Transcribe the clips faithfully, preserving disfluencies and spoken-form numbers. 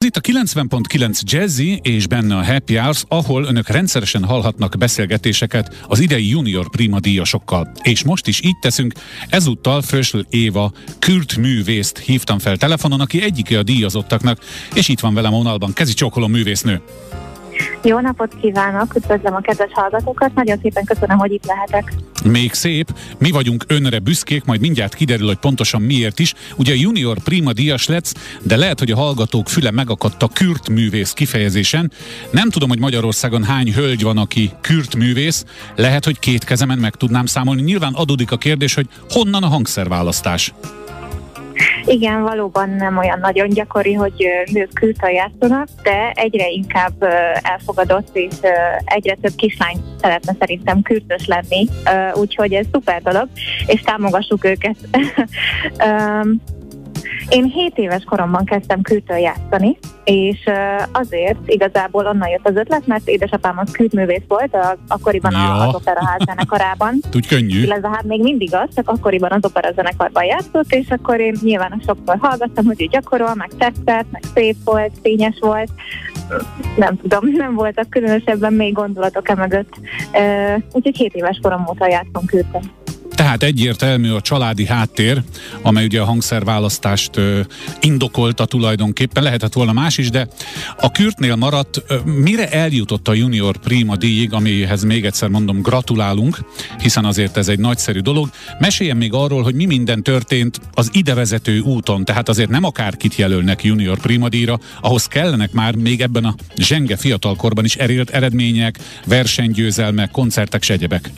Ez itt a kilencven pont kilenc Jazzy és benne a Happy Hours, ahol önök rendszeresen hallhatnak beszélgetéseket az idei Junior Prima díjasokkal. És most is így teszünk, ezúttal Frösl Éva Kürt művészt hívtam fel telefonon, aki egyike a díjazottaknak, és itt van velem a vonalban. Kezi csókolom, művésznő! Jó napot kívánok, üdvözlöm a kedves hallgatókat, nagyon szépen köszönöm, hogy itt lehetek. Még szép, mi vagyunk önre büszkék, majd mindjárt kiderül, hogy pontosan miért is. Ugye Junior Prima díjas lesz, de lehet, hogy a hallgatók füle megakadt a Kürt művész kifejezésen. Nem tudom, hogy Magyarországon hány hölgy van, aki Kürt művész, lehet, hogy két kezemen meg tudnám számolni. Nyilván adódik a kérdés, hogy honnan a hangszerválasztás? Igen, valóban nem olyan nagyon gyakori, hogy nők Kürttel játszanak, de egyre inkább elfogadott, és egyre több kislány szeretne szerintem kürtös lenni, úgyhogy ez szuper dolog, és támogassuk őket. Én hét éves koromban kezdtem Kürttel játszani, és azért igazából onnan jött az ötlet, mert édesapám az kürtművész volt, a, akkoriban ja. az Operaház zenekarában. Úgy könnyű. Illetve hát még mindig az, csak akkoriban az Opera zenekarban játszott, és akkor én nyilván sokszor hallgattam, hogy ő gyakorol, meg tetszett, meg szép volt, fényes volt. Nem tudom, nem voltak különösebben még gondolatok emögött. Úgyhogy hét éves korom óta játszom Kürttel. Tehát egyértelmű a családi háttér, amely ugye a hangszerválasztást ö, indokolta tulajdonképpen, lehetett volna más is, de a Kürtnél maradt, ö, mire eljutott a Junior Prima díjig, amihez még egyszer mondom gratulálunk, hiszen azért ez egy nagyszerű dolog. Meséljen még arról, hogy mi minden történt az idevezető úton, tehát azért nem akárkit jelölnek Junior Prima díjra, ahhoz kellenek már még ebben a zsenge fiatalkorban is erélt eredmények, versenygyőzelmek, koncertek, s egyebek.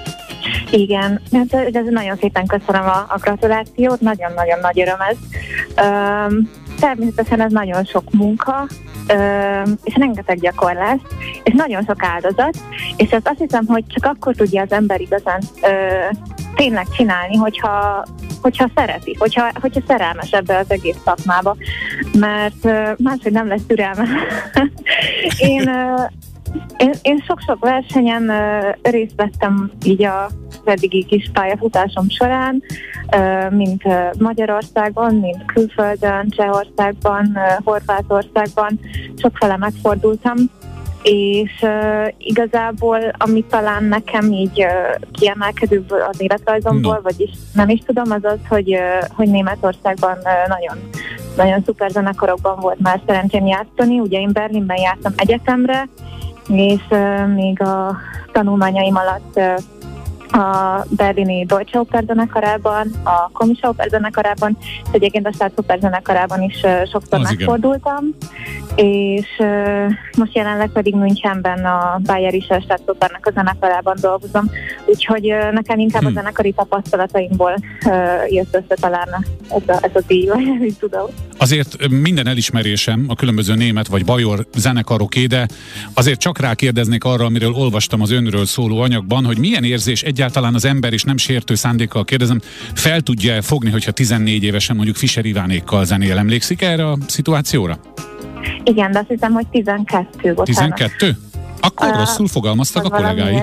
Igen, hát ez nagyon szépen köszönöm a, a gratulációt, nagyon-nagyon nagy öröm ez. Üm, természetesen ez nagyon sok munka, üm, és rengeteg gyakorlás, és nagyon sok áldozat, és ezt azt hiszem, hogy csak akkor tudja az ember igazán üm, tényleg csinálni, hogyha, hogyha szereti, hogyha, hogyha szerelmes ebbe az egész szakmába, mert üm, máshogy nem lesz türelme. Én... Üm, Én, én sok-sok versenyen uh, részt vettem így az eddigi kis pályafutásom során, uh, mint uh, Magyarországon, mint külföldön, Csehországban, uh, Horvátországban, sokfele megfordultam, és uh, igazából, ami talán nekem így uh, kiemelkedőbb az életrajzomból, no. vagyis nem is tudom, az az, hogy, uh, hogy Németországban uh, nagyon, nagyon szuper zenekarokban volt már szerencsém játszani. Ugye én Berlinben jártam egyetemre, és uh, még a tanulmányaim alatt uh, a berlini Deutsche Oper zenekarában, a Komische Oper zenekarában, és egyébként a Staatsoper zenekarában is uh, sokszor az megfordultam, igen. és uh, most jelenleg pedig Münchenben a Bayerische Staatsopernek a zenekarában dolgozom, úgyhogy uh, nekem inkább hmm. a zenekari tapasztalataimból uh, jött össze talán ez a, ez a díj, vagy így tudom. Azért minden elismerésem a különböző német vagy bajor zenekaroké, de azért csak rákérdeznék arra, amiről olvastam az önről szóló anyagban, hogy milyen érzés egyáltalán az ember, és nem sértő szándékkal kérdezem, fel tudja fogni, hogyha tizennégy évesen mondjuk Fischer Ivánékkal zenél. Emlékszik erre a szituációra? Igen, de azt hiszem, hogy tizenkettő. Bocsánat. tizenkettő? Akkor uh, rosszul fogalmaztak a kollégái.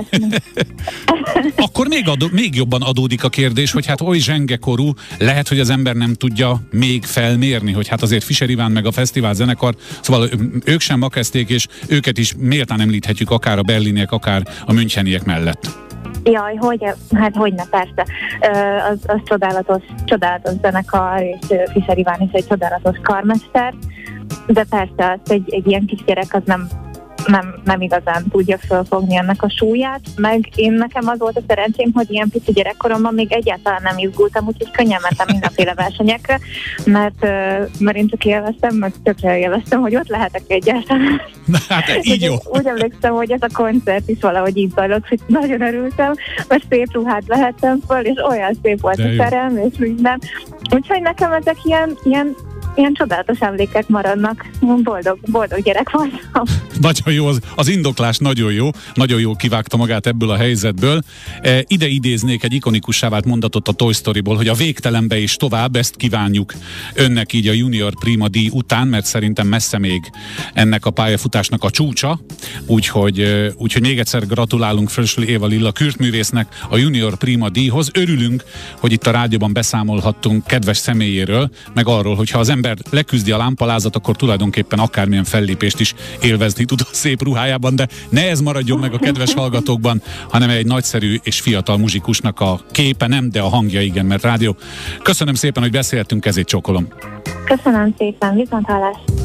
Akkor még, adó, még jobban adódik a kérdés, hogy hát oly zsengekorú, lehet, hogy az ember nem tudja még felmérni, hogy hát azért Fischer Iván meg a fesztivál zenekar, szóval ők sem ma kezdték, és őket is méltán említhetjük akár a berliniek, akár a müncheniek mellett. Jaj, hogy, hát hogyne, persze. Az, az csodálatos, csodálatos zenekar, és Fischer Iván is egy csodálatos karmester, de persze az egy, egy ilyen kisgyerek az nem Nem, nem igazán tudja fölfogni ennek a súlyát, meg én nekem az volt a szerencsém, hogy ilyen pici gyerekkoromban még egyáltalán nem izgultam, úgyhogy könnyen mentem mindenféle versenyekre, mert, mert én csak élveztem, meg tökre élveztem, hogy ott lehetek egyáltalán. Na, hát így jó. Úgy emlékszem, hogy ez a koncert is valahogy így zajlott, hogy nagyon örültem, mert szép ruhát vehettem föl, és olyan szép volt a terem, és minden. Úgyhogy nekem ezek ilyen, ilyen Ilyen csodálatos emlékek maradnak. Boldog, boldog gyerek voltam. Nagyon jó, az, az indoklás nagyon jó. Nagyon jó kivágta magát ebből a helyzetből. E, ide idéznék egy ikonikussá vált mondatot a Toy Storyból, hogy a végtelenbe és tovább, ezt kívánjuk önnek így a Junior Prima díj után, mert szerintem messze még ennek a pályafutásnak a csúcsa. Úgyhogy, úgyhogy még egyszer gratulálunk Frösl Éva Lilla kürtművésznek a Junior Prima díjhoz. Örülünk, hogy itt a rádióban beszámolhattunk kedves személyéről, meg arról, hogyha az ember ember leküzdi a lámpalázat, akkor tulajdonképpen akármilyen fellépést is élvezni tud a szép ruhájában, de ne ez maradjon meg a kedves hallgatókban, hanem egy nagyszerű és fiatal muzsikusnak a képe nem, de a hangja igen, mert rádió. Köszönöm szépen, hogy beszéltünk, ezért csókolom. Köszönöm szépen, viszonthallás.